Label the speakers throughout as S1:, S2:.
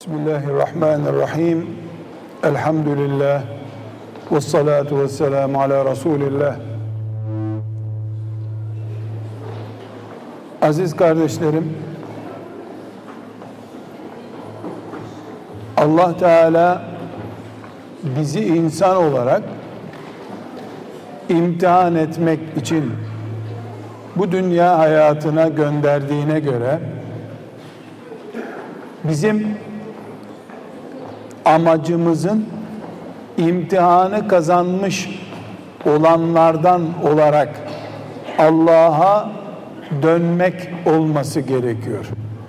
S1: Bismillahirrahmanirrahim. Elhamdülillah. Vessalatu vesselamu ala Resulillah. Aziz kardeşlerim, Allah Teala bizi insan olarak imtihan etmek için bu dünya hayatına gönderdiğine göre bizim amacımızın imtihanı kazanmış olanlardan olarak Allah'a dönmek olması gerekiyor.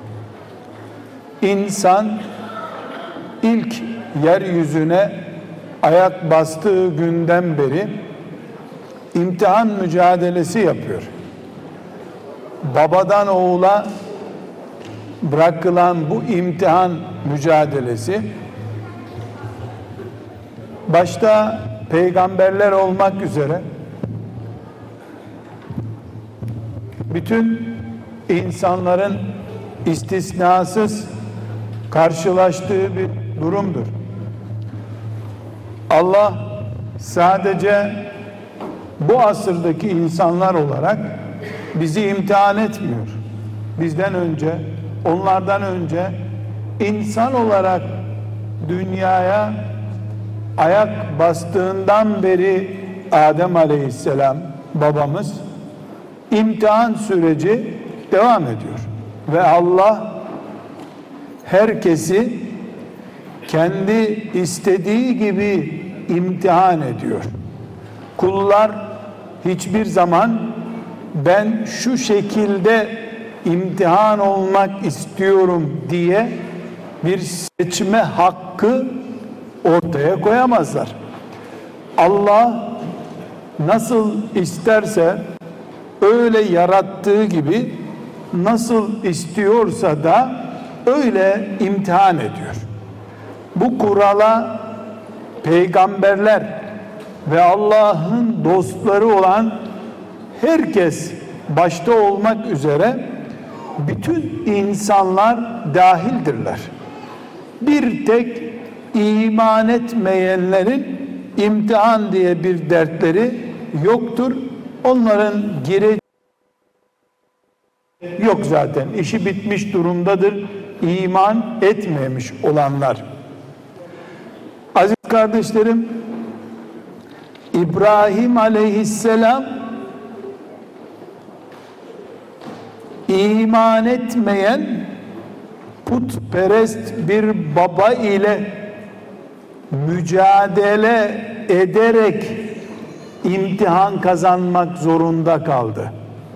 S1: İnsan ilk yeryüzüne ayak bastığı günden beri imtihan mücadelesi yapıyor. Babadan oğula bırakılan bu imtihan mücadelesi başta peygamberler olmak üzere bütün insanların istisnasız karşılaştığı bir durumdur. Allah sadece bu asırdaki insanlar olarak bizi imtihan etmiyor. Bizden önce, onlardan önce insan olarak dünyaya ayak bastığından beri Adem Aleyhisselam babamız imtihan süreci devam ediyor. Ve Allah herkesi kendi istediği gibi imtihan ediyor. Kullar hiçbir zaman ben şu şekilde imtihan olmak istiyorum diye bir seçme hakkı ortaya koyamazlar. Allah nasıl isterse öyle yarattığı gibi nasıl istiyorsa da öyle imtihan ediyor. Bu kurala peygamberler ve Allah'ın dostları olan herkes başta olmak üzere bütün insanlar dahildirler. Bir tek iman etmeyenlerin imtihan diye bir dertleri yoktur. Onların gireceği yok zaten. İşi bitmiş durumdadır. İman etmemiş olanlar. Aziz kardeşlerim, İbrahim Aleyhisselam iman etmeyen putperest bir baba ile mücadele ederek imtihan kazanmak zorunda kaldı.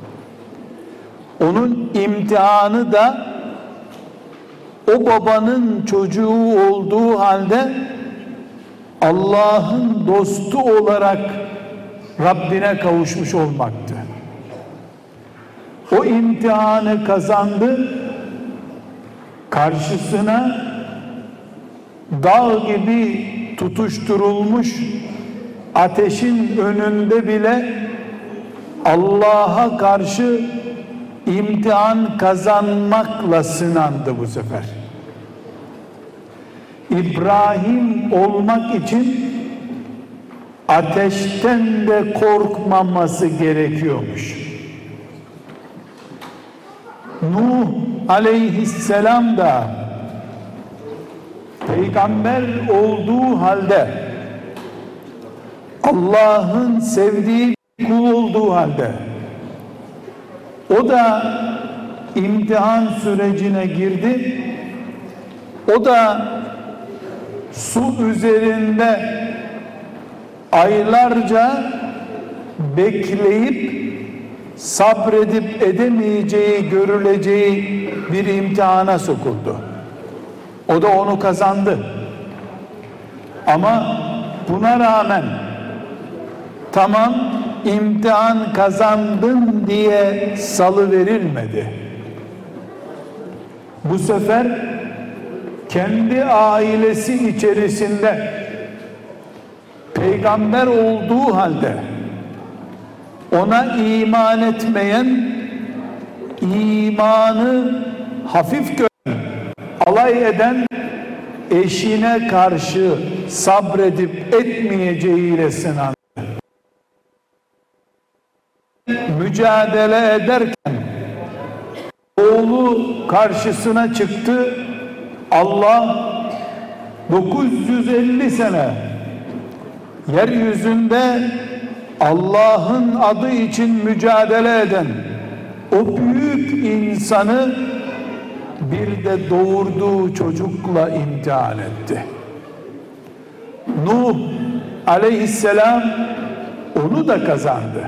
S1: Onun imtihanı da o babanın çocuğu olduğu halde Allah'ın dostu olarak Rabbine kavuşmuş olmaktı. O imtihanı kazandı. Karşısına dağ gibi tutuşturulmuş ateşin önünde bile Allah'a karşı imtihan kazanmakla sınandı bu sefer. İbrahim olmak için ateşten de korkmaması gerekiyormuş. Nuh Aleyhisselam da peygamber olduğu halde, Allah'ın sevdiği kul olduğu halde o da imtihan sürecine girdi. O da su üzerinde aylarca bekleyip sabredip edemeyeceği görüleceği bir imtihana sokuldu. O da onu kazandı. Ama buna rağmen tamam imtihan kazandın diye salıverilmedi. Bu sefer kendi ailesi içerisinde peygamber olduğu halde ona iman etmeyen, imanı hafif gören, alay eden eşine karşı sabredip etmeyeceğiyle sınandı. Mücadele ederken oğlu karşısına çıktı. Allah 950 sene yeryüzünde Allah'ın adı için mücadele eden o büyük insanı bir de doğurduğu çocukla imtihan etti. Nuh aleyhisselam onu da kazandı.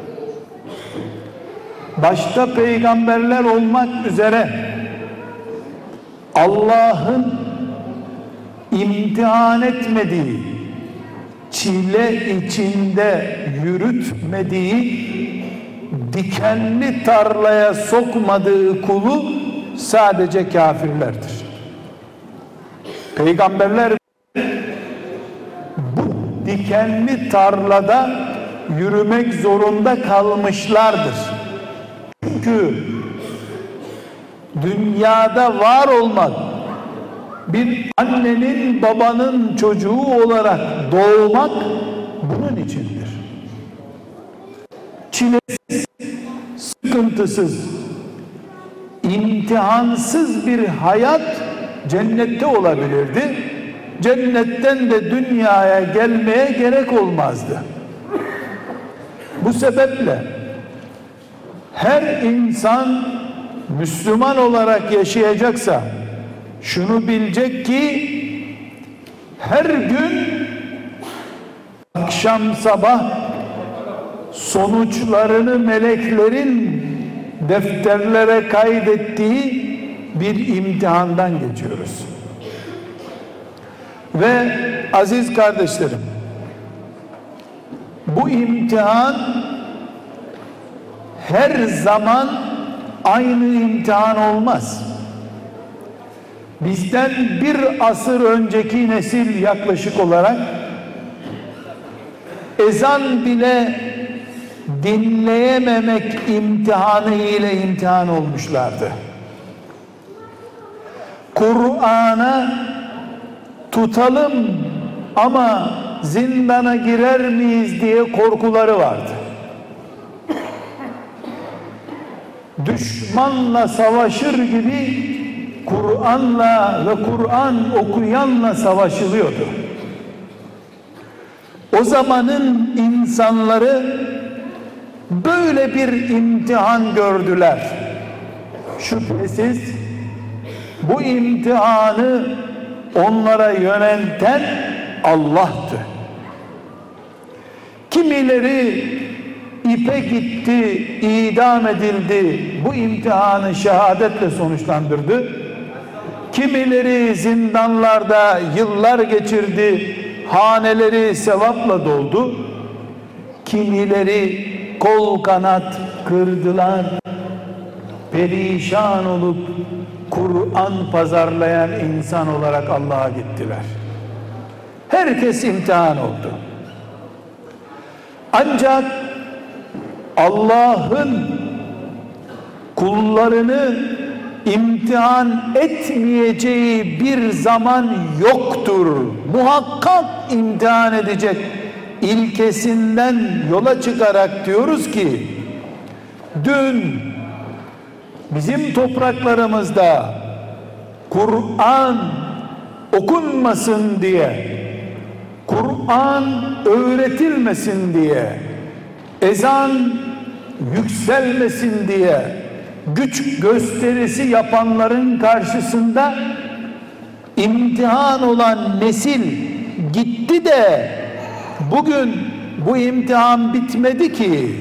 S1: Başta peygamberler olmak üzere Allah'ın imtihan etmediği, çile içinde yürütmediği, dikenli tarlaya sokmadığı kulu sadece kafirlerdir. Peygamberler bu dikenli tarlada yürümek zorunda kalmışlardır. Çünkü dünyada var olmak, bir annenin babanın çocuğu olarak doğmak bunun içindir. Çilesiz, sıkıntısız, imtihansız bir hayat cennette olabilirdi. Cennetten de dünyaya gelmeye gerek olmazdı. Bu sebeple her insan Müslüman olarak yaşayacaksa şunu bilecek ki her gün akşam sabah sonuçlarını meleklerin defterlere kaydettiği bir imtihandan geçiyoruz. Ve aziz kardeşlerim, bu imtihan her zaman aynı imtihan olmaz. Bizden bir asır önceki nesil yaklaşık olarak ezan bile dinleyememek imtihanı ile imtihan olmuşlardı. Kur'an'a tutalım ama zindana girer miyiz diye korkuları vardı. Düşmanla savaşır gibi Kur'an'la ve Kur'an okuyanla savaşılıyordu. O zamanın insanları böyle bir imtihan gördüler. Şüphesiz bu imtihanı onlara yönelten Allah'tı. Kimileri ipe gitti, idam edildi, bu imtihanı şehadetle sonuçlandırdı. Kimileri zindanlarda yıllar geçirdi, haneleri sevapla doldu. Kimileri kol kanat kırdılar, perişan olup Kur'an pazarlayan insan olarak Allah'a gittiler. Herkes imtihan oldu. Ancak Allah'ın kullarını imtihan etmeyeceği bir zaman yoktur. Muhakkak imtihan edecek ilkesinden yola çıkarak diyoruz ki, dün bizim topraklarımızda Kur'an okunmasın diye, Kur'an öğretilmesin diye, ezan yükselmesin diye güç gösterisi yapanların karşısında imtihan olan nesil gitti de bugün bu imtihan bitmedi ki.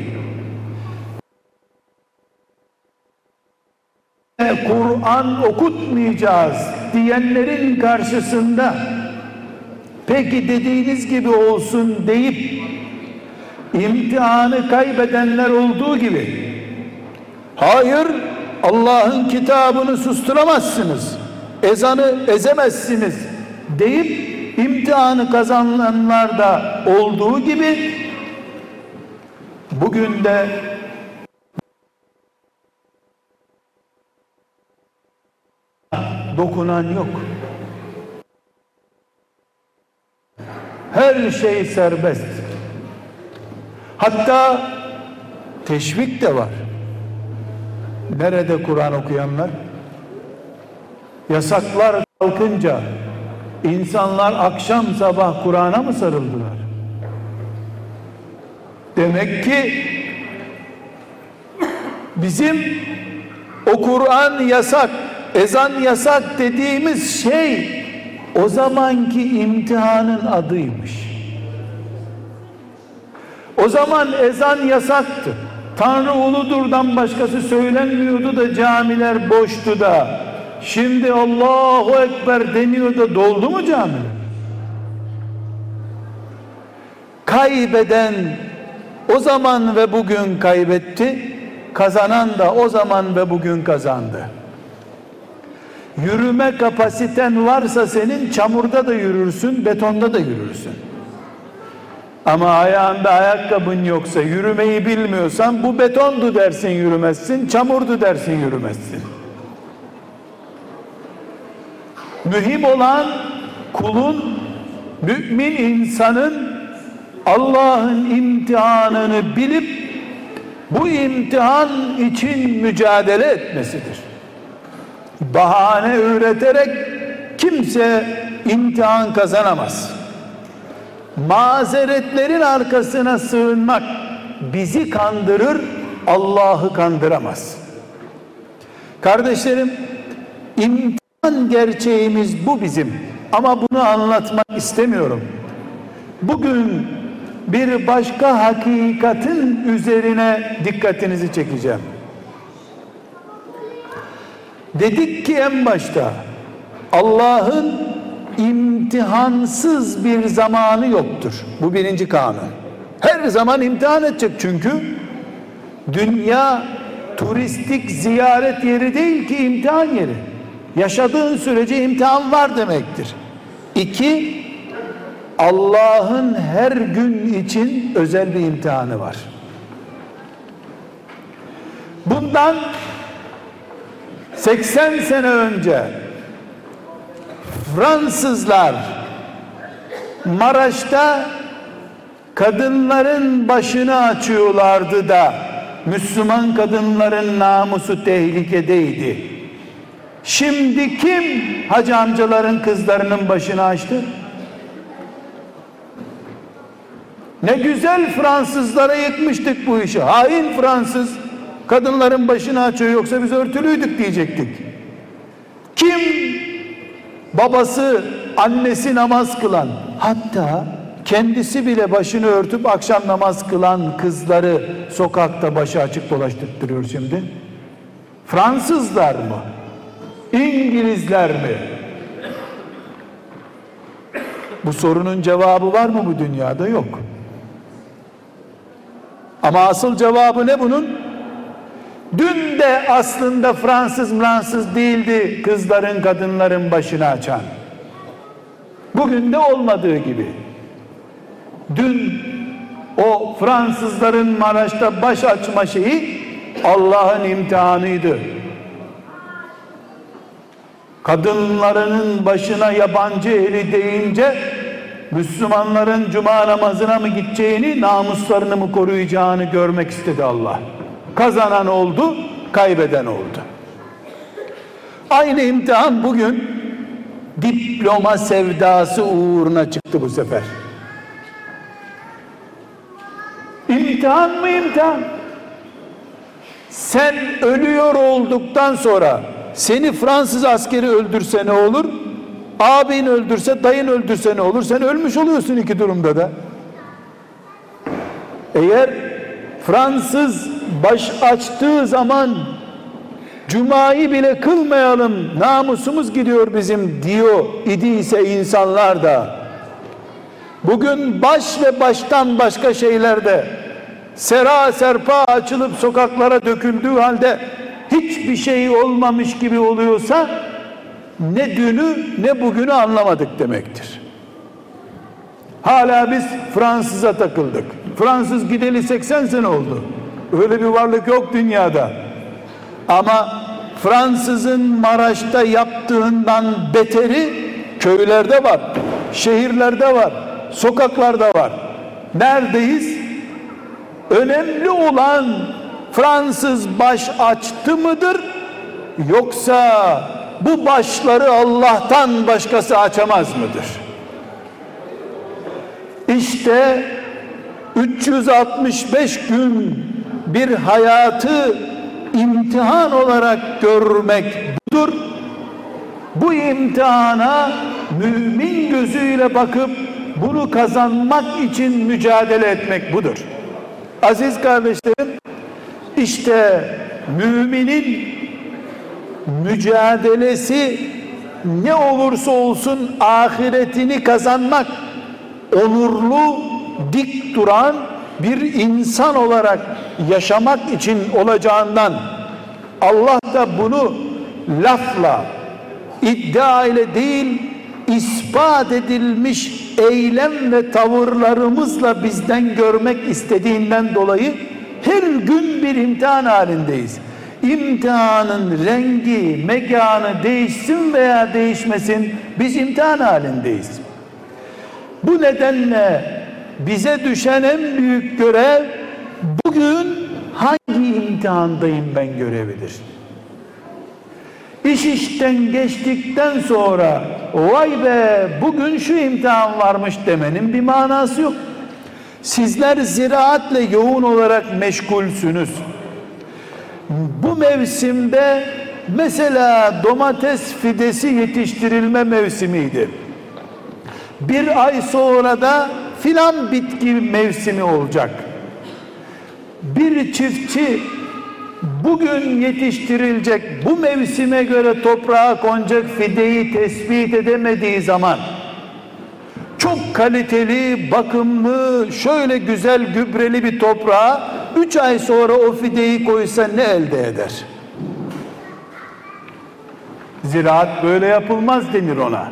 S1: Kur'an okutmayacağız diyenlerin karşısında peki dediğiniz gibi olsun deyip imtihanı kaybedenler olduğu gibi, hayır Allah'ın kitabını susturamazsınız, ezanı ezemezsiniz deyip imtihanı kazananlar da olduğu gibi bugün de dokunan yok. Her şey serbest. Hatta teşvik de var. Nerede Kur'an okuyanlar? Yasaklar kalkınca insanlar akşam sabah Kur'an'a mı sarıldılar? Demek ki bizim o Kur'an yasak, ezan yasak dediğimiz şey o zamanki imtihanın adıymış. O zaman ezan yasaktı. Tanrı uludur'dan başkası söylenmiyordu da camiler boştu da. Şimdi Allahu Ekber deniyor da doldu mu camiler? Kaybeden o zaman ve bugün kaybetti. Kazanan da o zaman ve bugün kazandı. Yürüme kapasiten varsa senin, çamurda da yürürsün, betonda da yürürsün. Ama ayağında ayakkabın yoksa, yürümeyi bilmiyorsan, bu betondu dersin yürümezsin, çamurdu dersin yürümezsin. Mühim olan kulun, mümin insanın Allah'ın imtihanını bilip bu imtihan için mücadele etmesidir. Bahane üreterek kimse imtihan kazanamaz. Mazeretlerin arkasına sığınmak bizi kandırır, Allah'ı kandıramaz. Kardeşlerim, imtihan gerçeğimiz bu bizim. Ama bunu anlatmak istemiyorum. Bugün bir başka hakikatin üzerine dikkatinizi çekeceğim. Dedik ki en başta, Allah'ın imtihansız bir zamanı yoktur. Bu birinci kanun. Her zaman imtihan edecek çünkü dünya turistik ziyaret yeri değil ki, imtihan yeri. Yaşadığın sürece imtihan var demektir. İki, Allah'ın her gün için özel bir imtihanı var. Bundan 80 sene önce Fransızlar Maraş'ta kadınların başını açıyorlardı da Müslüman kadınların namusu tehlikedeydi. Şimdi kim hacı amcaların kızlarının başını açtı? Ne güzel Fransızlara yıkmıştık bu işi. Hain Fransız kadınların başını açıyor, yoksa biz örtülüydük diyecektik. Kim babası, annesi namaz kılan, hatta kendisi bile başını örtüp akşam namaz kılan kızları sokakta başı açık dolaştırıyor şimdi? Fransızlar mı? İngilizler mi? Bu sorunun cevabı var mı bu dünyada? Yok. Ama asıl cevabı ne bunun? Dün de aslında Fransız değildi kızların, kadınların başını açan. Bugün de olmadığı gibi. Dün o Fransızların Maraş'ta baş açma şeyi Allah'ın imtihanıydı. Kadınlarının başına yabancı eli değince Müslümanların cuma namazına mı gideceğini, namuslarını mı koruyacağını görmek istedi Allah. Kazanan oldu, kaybeden oldu. Aynı imtihan bugün diploma sevdası uğruna çıktı bu sefer. İmtihan mı imtihan? Sen ölüyor olduktan sonra seni Fransız askeri öldürse ne olur? Abin öldürse, dayın öldürse ne olur? Sen ölmüş oluyorsun iki durumda da. Eğer Fransız baş açtığı zaman cumayı bile kılmayalım, namusumuz gidiyor bizim diyor idiyse insanlar da, bugün baş ve baştan başka şeylerde sera serpa açılıp sokaklara döküldüğü halde hiçbir şey olmamış gibi oluyorsa, ne dünü ne bugünü anlamadık demektir. Hala biz Fransız'a takıldık. Fransız gideli 80 sene oldu. Öyle bir varlık yok dünyada. Ama Fransız'ın Maraş'ta yaptığından beteri köylerde var, şehirlerde var. sokaklarda var. Neredeyiz? Önemli olan Fransız baş açtı mıdır? Yoksa bu başları Allah'tan başkası açamaz mıdır? İşte 365 gün bir hayatı imtihan olarak görmek budur. Bu imtihana mümin gözüyle bakıp bunu kazanmak için mücadele etmek budur. Aziz kardeşlerim, işte müminin mücadelesi ne olursa olsun ahiretini kazanmak, onurlu, dik duran bir insan olarak yaşamak için olacağından Allah da bunu lafla, iddia ile değil, ispat edilmiş eylem ve tavırlarımızla bizden görmek istediğinden dolayı her gün bir imtihan halindeyiz. İmtihanın rengi, mekanı değişsin veya değişmesin, biz imtihan halindeyiz. Bu nedenle bize düşen en büyük görev, bugün hangi imtihandayım ben görebilir. İş işten geçtikten sonra vay be bugün şu imtihan varmış demenin bir manası yok. Sizler ziraatle yoğun olarak meşgulsünüz. Bu mevsimde mesela domates fidesi yetiştirilme mevsimiydi. Bir ay sonra da filan bitki mevsimi olacak. Bir çiftçi bugün yetiştirilecek, bu mevsime göre toprağa konacak fideyi tespit edemediği zaman çok kaliteli, bakımlı, şöyle güzel gübreli bir toprağa 3 ay sonra o fideyi koysa ne elde eder? Ziraat böyle yapılmaz denir ona.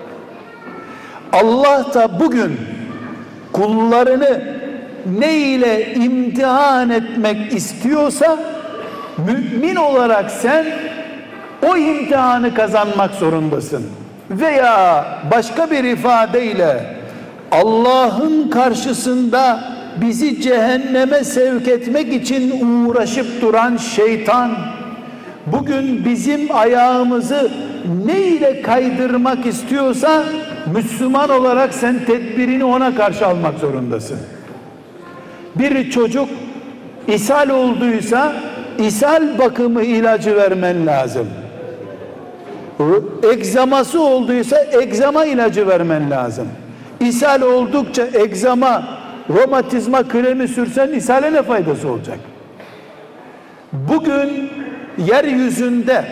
S1: Allah da bugün kullarını ne ile imtihan etmek istiyorsa, mümin olarak sen o imtihanı kazanmak zorundasın. Veya başka bir ifadeyle Allah'ın karşısında bizi cehenneme sevk etmek için uğraşıp duran şeytan bugün bizim ayağımızı ne ile kaydırmak istiyorsa, Müslüman olarak sen tedbirini ona karşı almak zorundasın. Bir çocuk ishal olduysa ishal bakımı ilacı vermen lazım. Egzaması olduysa egzama ilacı vermen lazım. İshal oldukça egzama, romatizma kremi sürsen ishale ne faydası olacak? Bugün yeryüzünde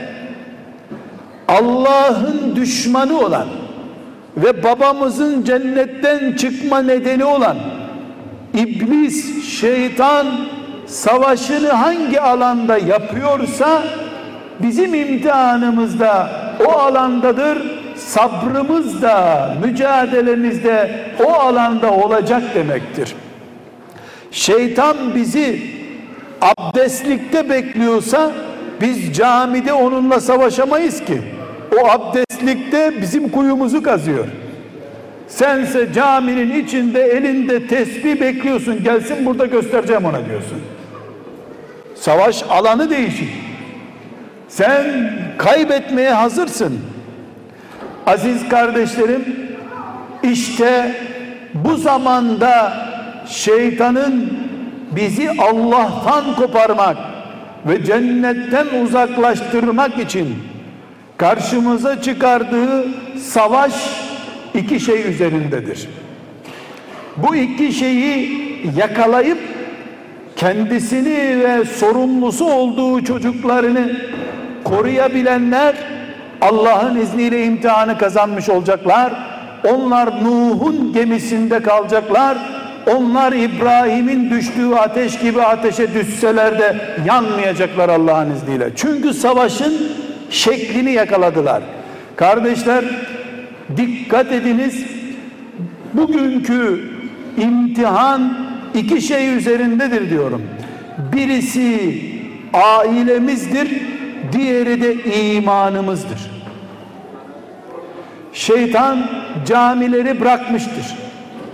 S1: Allah'ın düşmanı olan ve babamızın cennetten çıkma nedeni olan İblis, şeytan savaşını hangi alanda yapıyorsa bizim imtihanımız da o alandadır. Sabrımız da, mücadelemiz de o alanda olacak demektir. Şeytan bizi abdestlikte bekliyorsa biz camide onunla savaşamayız ki. O abdestlikte bizim kuyumuzu kazıyor. Sense caminin içinde elinde tesbih bekliyorsun, gelsin burada göstereceğim ona diyorsun. Savaş alanı değişik. Sen kaybetmeye hazırsın. Aziz kardeşlerim, işte bu zamanda şeytanın bizi Allah'tan koparmak ve cennetten uzaklaştırmak için karşımıza çıkardığı savaş iki şey üzerindedir. Bu iki şeyi yakalayıp kendisini ve sorumlusu olduğu çocuklarını koruyabilenler Allah'ın izniyle imtihanı kazanmış olacaklar. Onlar Nuh'un gemisinde kalacaklar. Onlar İbrahim'in düştüğü ateş gibi ateşe düşseler de yanmayacaklar Allah'ın izniyle. Çünkü savaşın şeklini yakaladılar. Kardeşler, dikkat ediniz. Bugünkü imtihan iki şey üzerindedir diyorum. Birisi ailemizdir, diğeri de imanımızdır. Şeytan camileri bırakmıştır.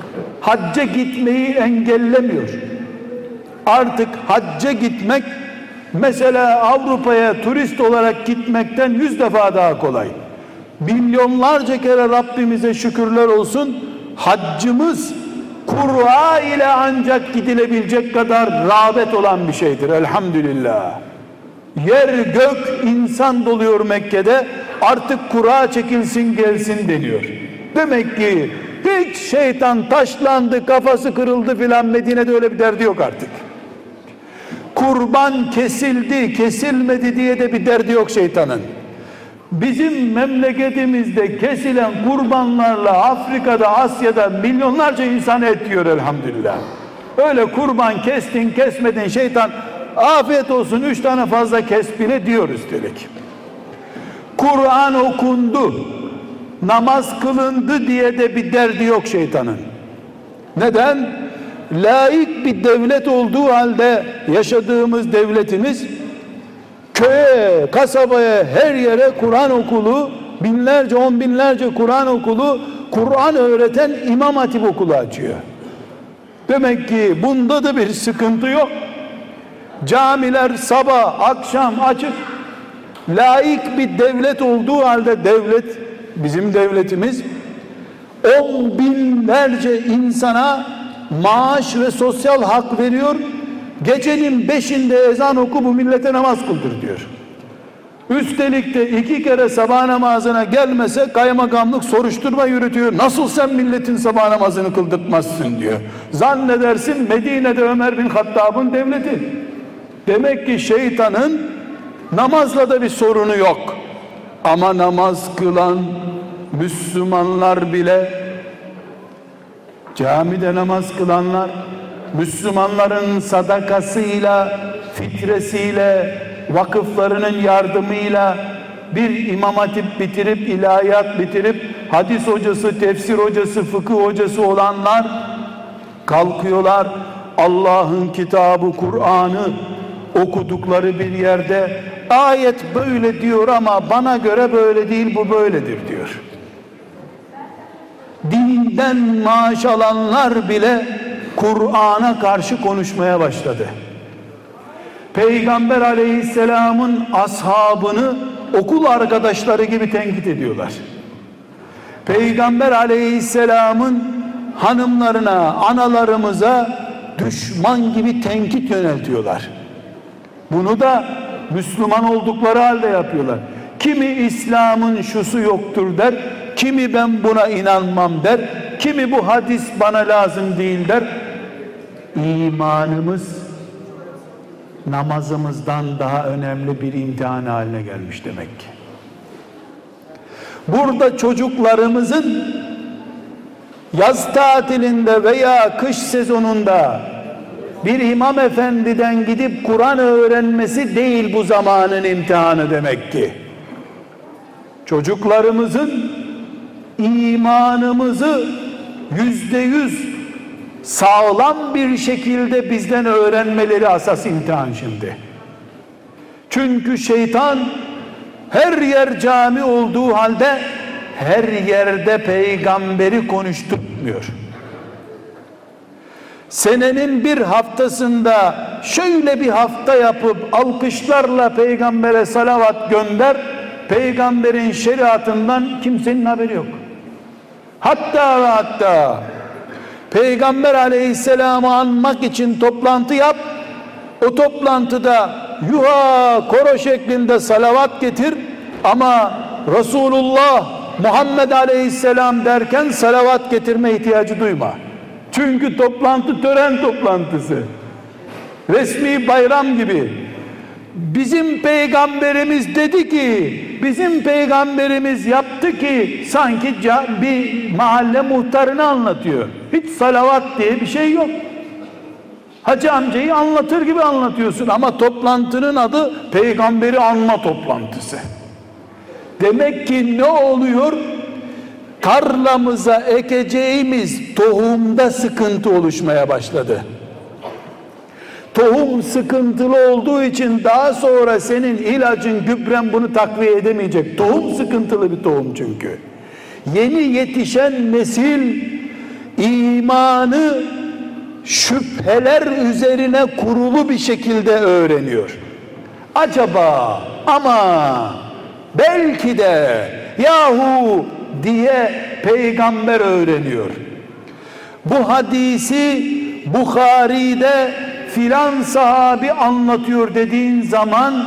S1: hacca gitmeyi engellemiyor. Artık hacca gitmek mesela Avrupa'ya turist olarak gitmekten 100 defa daha kolay. Milyonlarca kere Rabbimize şükürler olsun, haccımız Kur'a ile ancak gidilebilecek kadar rağbet olan bir şeydir elhamdülillah. Yer gök insan doluyor Mekke'de, artık Kur'a çekilsin gelsin deniyor. Demek ki hiç şeytan taşlandı, kafası kırıldı filan, Medine'de öyle bir derdi yok artık. Kurban kesildi kesilmedi diye de bir derdi yok şeytanın. Bizim memleketimizde kesilen kurbanlarla Afrika'da, Asya'da milyonlarca insan et yiyor elhamdülillah. Öyle kurban kestin kesmedin, şeytan afiyet olsun 3 tane fazla kes bile diyor üstelik. Kur'an okundu, namaz kılındı diye de bir derdi yok şeytanın. Neden? Laik bir devlet olduğu halde yaşadığımız devletimiz, köye, kasabaya, her yere Kur'an okulu, binlerce, on binlerce Kur'an okulu, Kur'an öğreten İmam Hatip okulu açıyor. Demek ki bunda da bir sıkıntı yok. Camiler sabah, akşam açık. Laik bir devlet olduğu halde devlet, bizim devletimiz, on binlerce insana maaş ve sosyal hak veriyor. Gecenin 5'inde ezan oku, bu millete namaz kıldır diyor. Üstelik de 2 kere sabah namazına gelmese kaymakamlık soruşturma yürütüyor. Nasıl sen milletin sabah namazını kıldırtmazsın diyor. Zannedersin Medine'de Ömer bin Hattab'ın devleti. Demek ki şeytanın namazla da bir sorunu yok. Ama namaz kılan Müslümanlar bile, camide namaz kılanlar, Müslümanların sadakasıyla, fitresiyle, vakıflarının yardımıyla bir İmam Hatip bitirip, ilahiyat bitirip, hadis hocası, tefsir hocası, fıkıh hocası olanlar kalkıyorlar, Allah'ın kitabı Kur'an'ı okudukları bir yerde ayet böyle diyor ama bana göre böyle değil, bu böyledir diyor. Dinden maaş alanlar bile Kur'an'a karşı konuşmaya başladı. Peygamber aleyhisselamın ashabını okul arkadaşları gibi tenkit ediyorlar. Peygamber aleyhisselamın hanımlarına, analarımıza düşman gibi tenkit yöneltiyorlar. Bunu da Müslüman oldukları halde yapıyorlar. Kimi İslam'ın şusu yoktur der, kimi ben buna inanmam der, kimi bu hadis bana lazım değil der. İmanımız namazımızdan daha önemli bir imtihan haline gelmiş demek ki. Burada çocuklarımızın yaz tatilinde veya kış sezonunda bir imam efendiden gidip Kur'an öğrenmesi değil bu zamanın imtihanı demek ki. Çocuklarımızın imanımızı %100 sağlam bir şekilde bizden öğrenmeleri asas imtihan şimdi. Çünkü şeytan her yer cami olduğu halde her yerde peygamberi konuşturmuyor. Senenin bir haftasında şöyle bir hafta yapıp alkışlarla peygambere salavat gönder, peygamberin şeriatından kimsenin haberi yok. Hatta ve hatta Peygamber aleyhisselamı anmak için toplantı yap, o toplantıda yuha koro şeklinde salavat getir ama Resulullah Muhammed aleyhisselam derken salavat getirme ihtiyacı duyma. Çünkü toplantı tören toplantısı, resmi bayram gibi. Bizim peygamberimiz dedi ki, bizim peygamberimiz yaptı ki, sanki bir mahalle muhtarını anlatıyor. Hiç salavat diye bir şey yok. Hacı amcayı anlatır gibi anlatıyorsun ama toplantının adı peygamberi anma toplantısı. Demek ki ne oluyor? Tarlamıza ekeceğimiz tohumda sıkıntı oluşmaya başladı. Tohum sıkıntılı olduğu için daha sonra senin ilacın, gübren bunu takviye edemeyecek. Tohum sıkıntılı bir tohum çünkü. Yeni yetişen nesil imanı şüpheler üzerine kurulu bir şekilde öğreniyor. Acaba, ama, belki de, yahu diye peygamber öğreniyor. Bu hadisi Bukhari'de filan sahabi anlatıyor dediğin zaman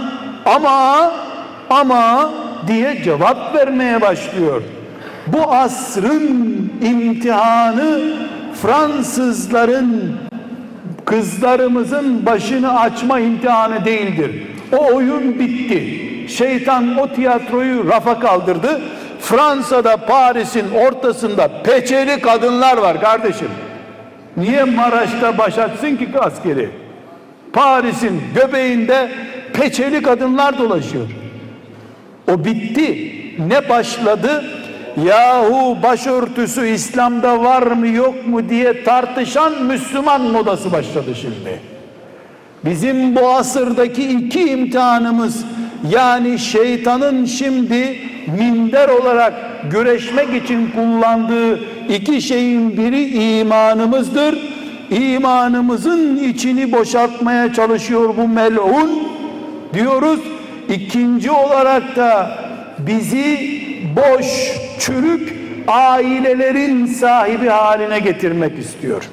S1: ama diye cevap vermeye başlıyor. Bu asrın imtihanı Fransızların, kızlarımızın başını açma imtihanı değildir. O oyun bitti. Şeytan o tiyatroyu rafa kaldırdı. Fransa'da, Paris'in ortasında peçeli kadınlar var kardeşim. Niye Maraş'ta baş açsın ki askeri? Paris'in göbeğinde peçeli kadınlar dolaşıyor. O bitti. Ne başladı? Yahu başörtüsü İslam'da var mı yok mu diye tartışan Müslüman modası başladı şimdi. Bizim bu asırdaki iki imtihanımız, yani şeytanın şimdi minder olarak güreşmek için kullandığı iki şeyin biri imanımızdır. İmanımızın içini boşaltmaya çalışıyor bu melun diyoruz. İkinci olarak da bizi boş, çürük ailelerin sahibi haline getirmek istiyor.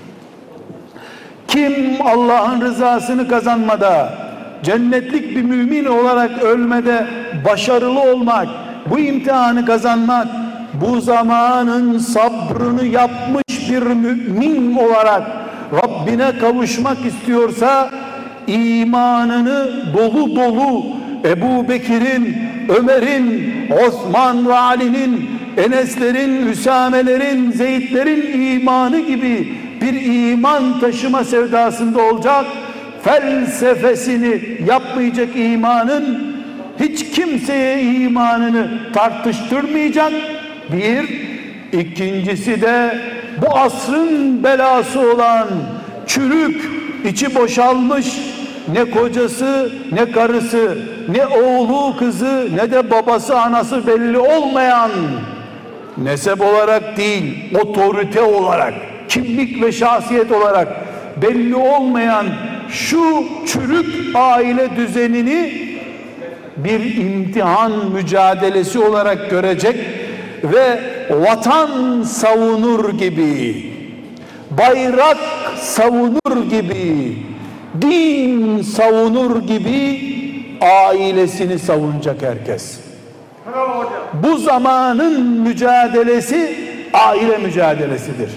S1: Kim Allah'ın rızasını kazanmada, cennetlik bir mümin olarak ölmede başarılı olmak, bu imtihanı kazanmak, bu zamanın sabrını yapmış bir mümin olarak Rabbine kavuşmak istiyorsa, imanını dolu dolu Ebu Bekir'in, Ömer'in, Osman ve Ali'nin, Enes'lerin, Üsamelerin, Zeyd'lerin imanı gibi bir iman taşıma sevdasında olacak. Felsefesini yapmayacak imanın, hiç kimseye imanını tartıştırmayacak. Bir, ikincisi de bu asrın belası olan çürük, içi boşalmış, ne kocası, ne karısı, ne oğlu kızı, ne de babası anası belli olmayan, nesep olarak değil, otorite olarak, kimlik ve şahsiyet olarak belli olmayan şu çürük aile düzenini bir imtihan mücadelesi olarak görecek ve vatan savunur gibi, bayrak savunur gibi, din savunur gibi ailesini savunacak herkes. Bu zamanın mücadelesi aile mücadelesidir.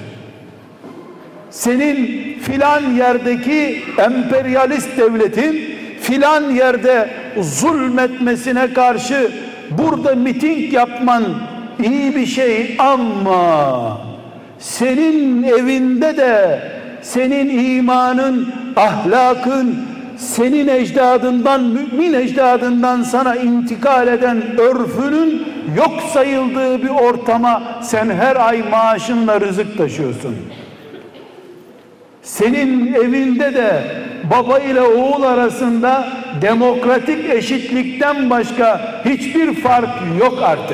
S1: Senin filan yerdeki emperyalist devletin filan yerde zulmetmesine karşı burada miting yapman iyi bir şey, ama senin evinde de senin imanın, ahlakın, senin ecdadından, mümin ecdadından sana intikal eden örfünün yok sayıldığı bir ortama sen her ay maaşınla rızık taşıyorsun. Senin evinde de baba ile oğul arasında demokratik eşitlikten başka hiçbir fark yok artık.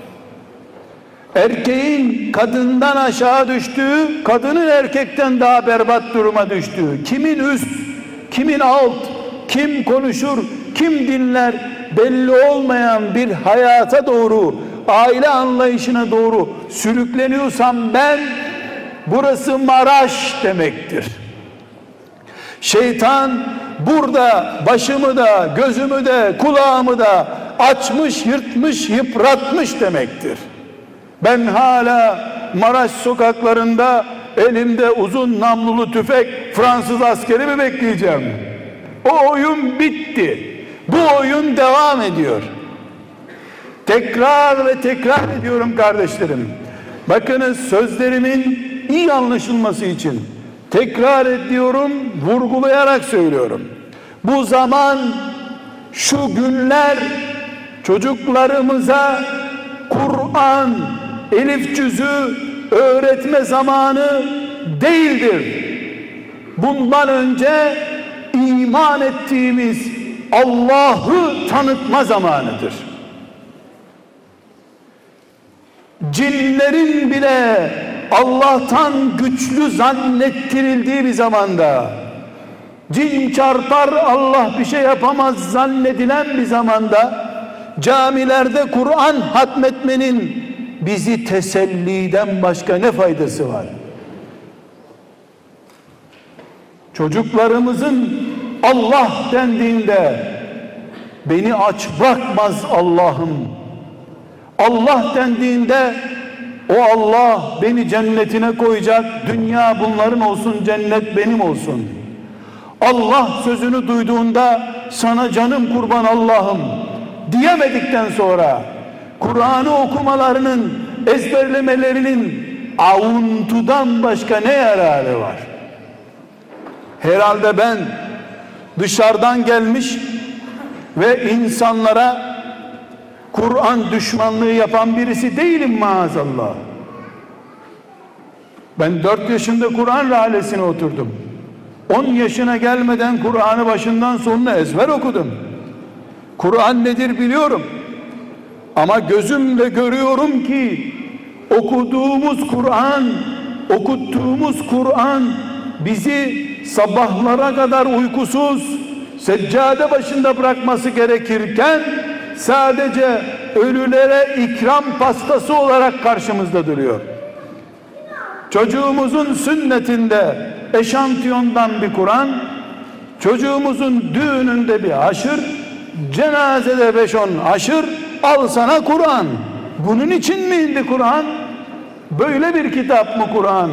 S1: Erkeğin kadından aşağı düştüğü, kadının erkekten daha berbat duruma düştüğü, kimin üst, kimin alt, kim konuşur, kim dinler belli olmayan bir hayata doğru, aile anlayışına doğru sürükleniyorsam ben, burası Maraş demektir. Şeytan burada başımı da, gözümü de, kulağımı da açmış, yırtmış, yıpratmış demektir. Ben hala Maraş sokaklarında elimde uzun namlulu tüfek, Fransız askeri mi bekleyeceğim? O oyun bitti. Bu oyun devam ediyor. Tekrar ve tekrar ediyorum kardeşlerim. Bakınız, sözlerimin iyi anlaşılması için tekrar ediyorum, vurgulayarak söylüyorum. Bu zaman, şu günler çocuklarımıza Kur'an, elif cüzü öğretme zamanı değildir. Bundan önce iman ettiğimiz Allah'ı tanıtma zamanıdır. Cinlerin bile Allah'tan güçlü zannettirildiği bir zamanda, cin çarpar Allah bir şey yapamaz zannedilen bir zamanda, camilerde Kur'an hatmetmenin bizi teselliden başka ne faydası var? Çocuklarımızın Allah dendiğinde beni aç bırakmaz Allah'ım, Allah dendiğinde o Allah beni cennetine koyacak, dünya bunların olsun, cennet benim olsun, Allah sözünü duyduğunda sana canım kurban Allah'ım diyemedikten sonra Kur'an'ı okumalarının, ezberlemelerinin avuntudan başka ne yararı var? Herhalde ben dışarıdan gelmiş ve insanlara Kur'an düşmanlığı yapan birisi değilim maazallah. Ben 4 yaşında Kur'an ralesine oturdum. 10 yaşına gelmeden Kur'an'ı başından sonuna ezber okudum. Kur'an nedir biliyorum. Ama gözümle görüyorum ki okuduğumuz Kur'an, okuttuğumuz Kur'an bizi sabahlara kadar uykusuz, seccade başında bırakması gerekirken sadece ölülere ikram pastası olarak karşımızda duruyor. Çocuğumuzun sünnetinde eşantiyondan bir Kur'an, çocuğumuzun düğününde bir haşır, cenazede 5-10 haşır, al sana Kur'an. Bunun için mi indi Kur'an? Böyle bir kitap mı Kur'an?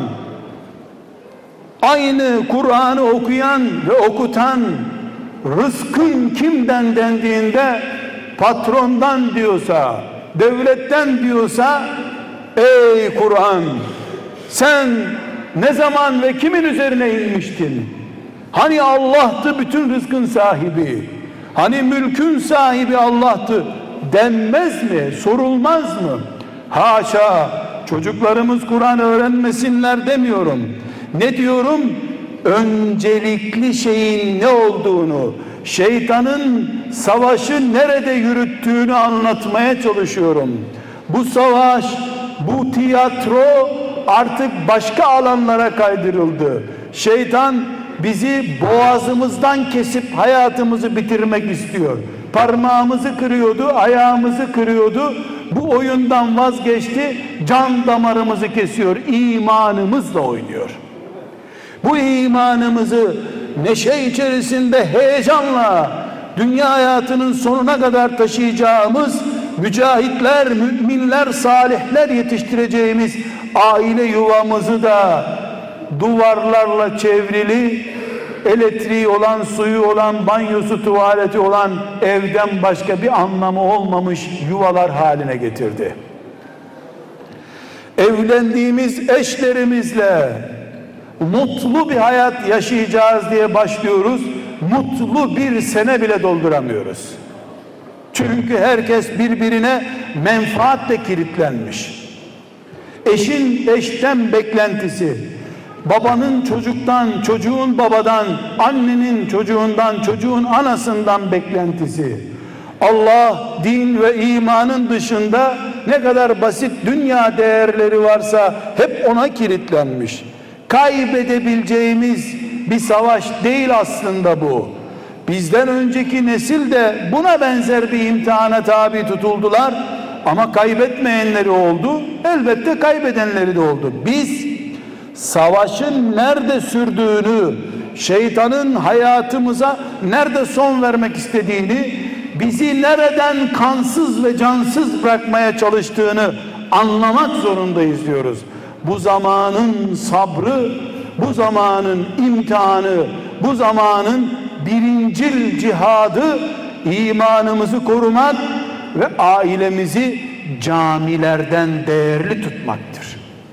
S1: Aynı Kur'an'ı okuyan ve okutan, rızkın kimden dendiğinde patrondan diyorsa, devletten diyorsa, ey Kur'an sen ne zaman ve kimin üzerine inmiştin? Hani Allah'tı bütün rızkın sahibi, hani mülkün sahibi Allah'tı denmez mi? Sorulmaz mı? Haşa, çocuklarımız Kur'an öğrenmesinler demiyorum. Ne diyorum? Öncelikli şeyin ne olduğunu, şeytanın savaşı nerede yürüttüğünü anlatmaya çalışıyorum. Bu savaş, bu tiyatro artık başka alanlara kaydırıldı. Şeytan bizi boğazımızdan kesip hayatımızı bitirmek istiyor. Parmağımızı kırıyordu, ayağımızı kırıyordu. Bu oyundan vazgeçti, can damarımızı kesiyor, imanımızla oynuyor. Bu imanımızı neşe içerisinde heyecanla dünya hayatının sonuna kadar taşıyacağımız mücahitler, müminler, salihler yetiştireceğimiz aile yuvamızı da duvarlarla çevrili, elektriği olan, suyu olan, banyosu, tuvaleti olan evden başka bir anlamı olmamış yuvalar haline getirdi. Evlendiğimiz eşlerimizle mutlu bir hayat yaşayacağız diye başlıyoruz. Mutlu bir sene bile dolduramıyoruz. Çünkü herkes birbirine menfaatle kilitlenmiş. Eşin eşten beklentisi, babanın çocuktan, çocuğun babadan, annenin çocuğundan, çocuğun anasından beklentisi, Allah, din ve imanın dışında ne kadar basit dünya değerleri varsa hep ona kilitlenmiş. Kaybedebileceğimiz bir savaş değil aslında bu. Bizden önceki nesil de buna benzer bir imtihana tabi tutuldular ama kaybetmeyenleri oldu, elbette kaybedenleri de oldu. Biz savaşın nerede sürdüğünü, şeytanın hayatımıza nerede son vermek istediğini, bizi nereden kansız ve cansız bırakmaya çalıştığını anlamak zorundayız diyoruz. Bu zamanın sabrı, bu zamanın imtihanı, bu zamanın birincil cihadı imanımızı korumak ve ailemizi camilerden değerli tutmaktır.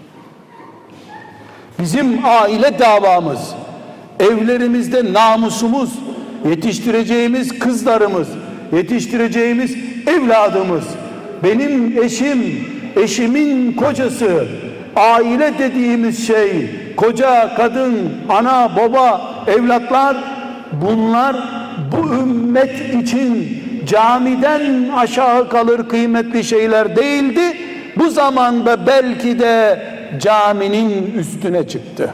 S1: Bizim aile davamız, evlerimizde namusumuz, yetiştireceğimiz kızlarımız, yetiştireceğimiz evladımız, benim eşim, eşimin kocası, aile dediğimiz şey, koca, kadın, ana, baba, evlatlar, bunlar bu ümmet için camiden aşağı kalır kıymetli şeyler değildi. Bu zamanda belki de caminin üstüne çıktı.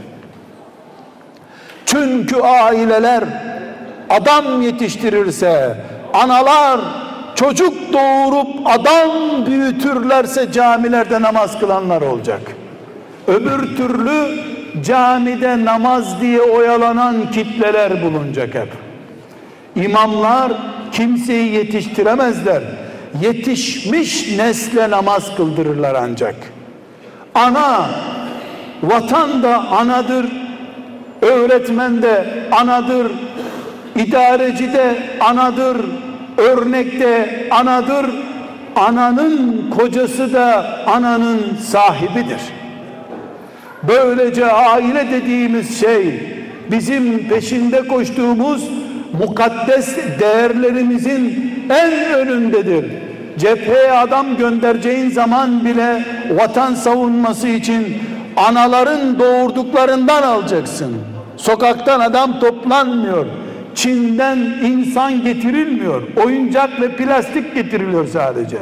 S1: Çünkü aileler adam yetiştirirse, analar çocuk doğurup adam büyütürlerse camilerde namaz kılanlar olacak. Öbür türlü camide namaz diye oyalanan kitleler bulunacak hep. İmamlar kimseyi yetiştiremezler. Yetişmiş nesle namaz kıldırırlar ancak. Ana, vatan da anadır, öğretmen de anadır, idareci de anadır, örnek de anadır, ananın kocası da ananın sahibidir. Böylece aile dediğimiz şey bizim peşinde koştuğumuz mukaddes değerlerimizin en önündedir. Cepheye adam göndereceğin zaman bile vatan savunması için anaların doğurduklarından alacaksın. Sokaktan adam toplanmıyor. Çin'den insan getirilmiyor. Oyuncak ve plastik getiriliyor sadece.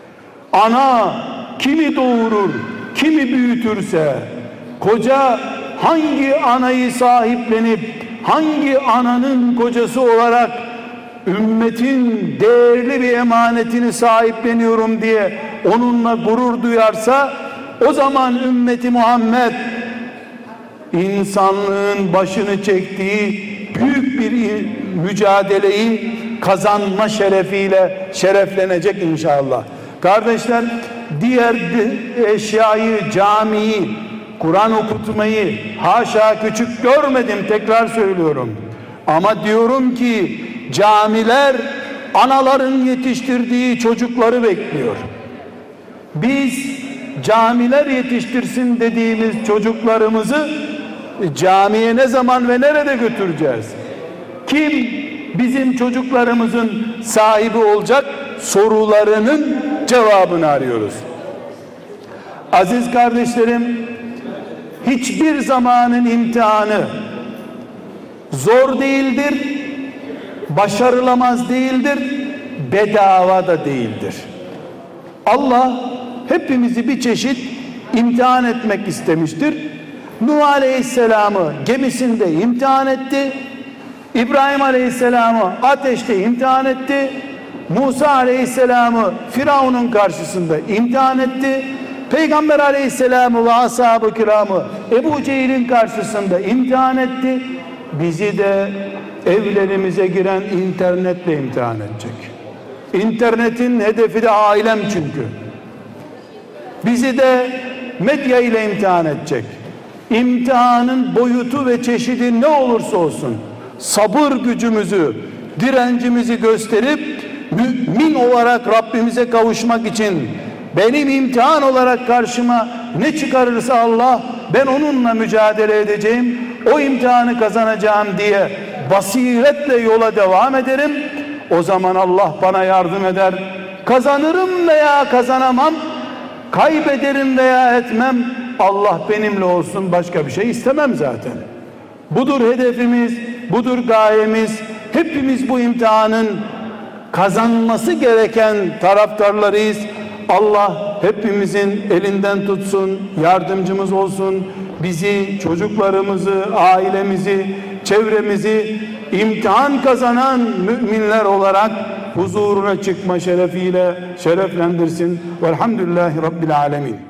S1: Ana kimi doğurur, kimi büyütürse, koca hangi anayı sahiplenip hangi ananın kocası olarak ümmetin değerli bir emanetini sahipleniyorum diye onunla gurur duyarsa, o zaman ümmeti Muhammed insanlığın başını çektiği büyük bir mücadeleyi kazanma şerefiyle şereflenecek inşallah. Kardeşler, diğer eşyayı, camiyi, Kur'an okutmayı haşa küçük görmedim, tekrar söylüyorum. Ama diyorum ki camiler anaların yetiştirdiği çocukları bekliyor. Biz camiler yetiştirsin dediğimiz çocuklarımızı camiye ne zaman ve nerede götüreceğiz? Kim bizim çocuklarımızın sahibi olacak sorularının cevabını arıyoruz. Aziz kardeşlerim, hiçbir zamanın imtihanı zor değildir, başarılamaz değildir, bedava da değildir. Allah hepimizi bir çeşit imtihan etmek istemiştir. Nuh Aleyhisselam'ı gemisinde imtihan etti. İbrahim Aleyhisselam'ı ateşte imtihan etti. Musa Aleyhisselam'ı Firavun'un karşısında imtihan etti. Peygamber Aleyhisselam'ı ve ashab-ı kiramı Ebu Cehil'in karşısında imtihan etti. Bizi de evlerimize giren internetle imtihan edecek. İnternetin hedefi de ailem çünkü. Bizi de medya ile imtihan edecek. İmtihanın boyutu ve çeşidi ne olursa olsun sabır gücümüzü, direncimizi gösterip mümin olarak Rabbimize kavuşmak için benim imtihan olarak karşıma ne çıkarırsa Allah, ben onunla mücadele edeceğim, o imtihanı kazanacağım diye basiretle yola devam ederim. O zaman Allah bana yardım eder. Kazanırım veya kazanamam, kaybederim veya etmem, Allah benimle olsun, başka bir şey istemem zaten. Budur hedefimiz, budur gayemiz. Hepimiz bu imtihanın kazanması gereken taraftarlarıyız. Allah hepimizin elinden tutsun, yardımcımız olsun. Bizi, çocuklarımızı, ailemizi, çevremizi imtihan kazanan müminler olarak huzuruna çıkma şerefiyle şereflendirsin. Velhamdülillahi Rabbil alemin.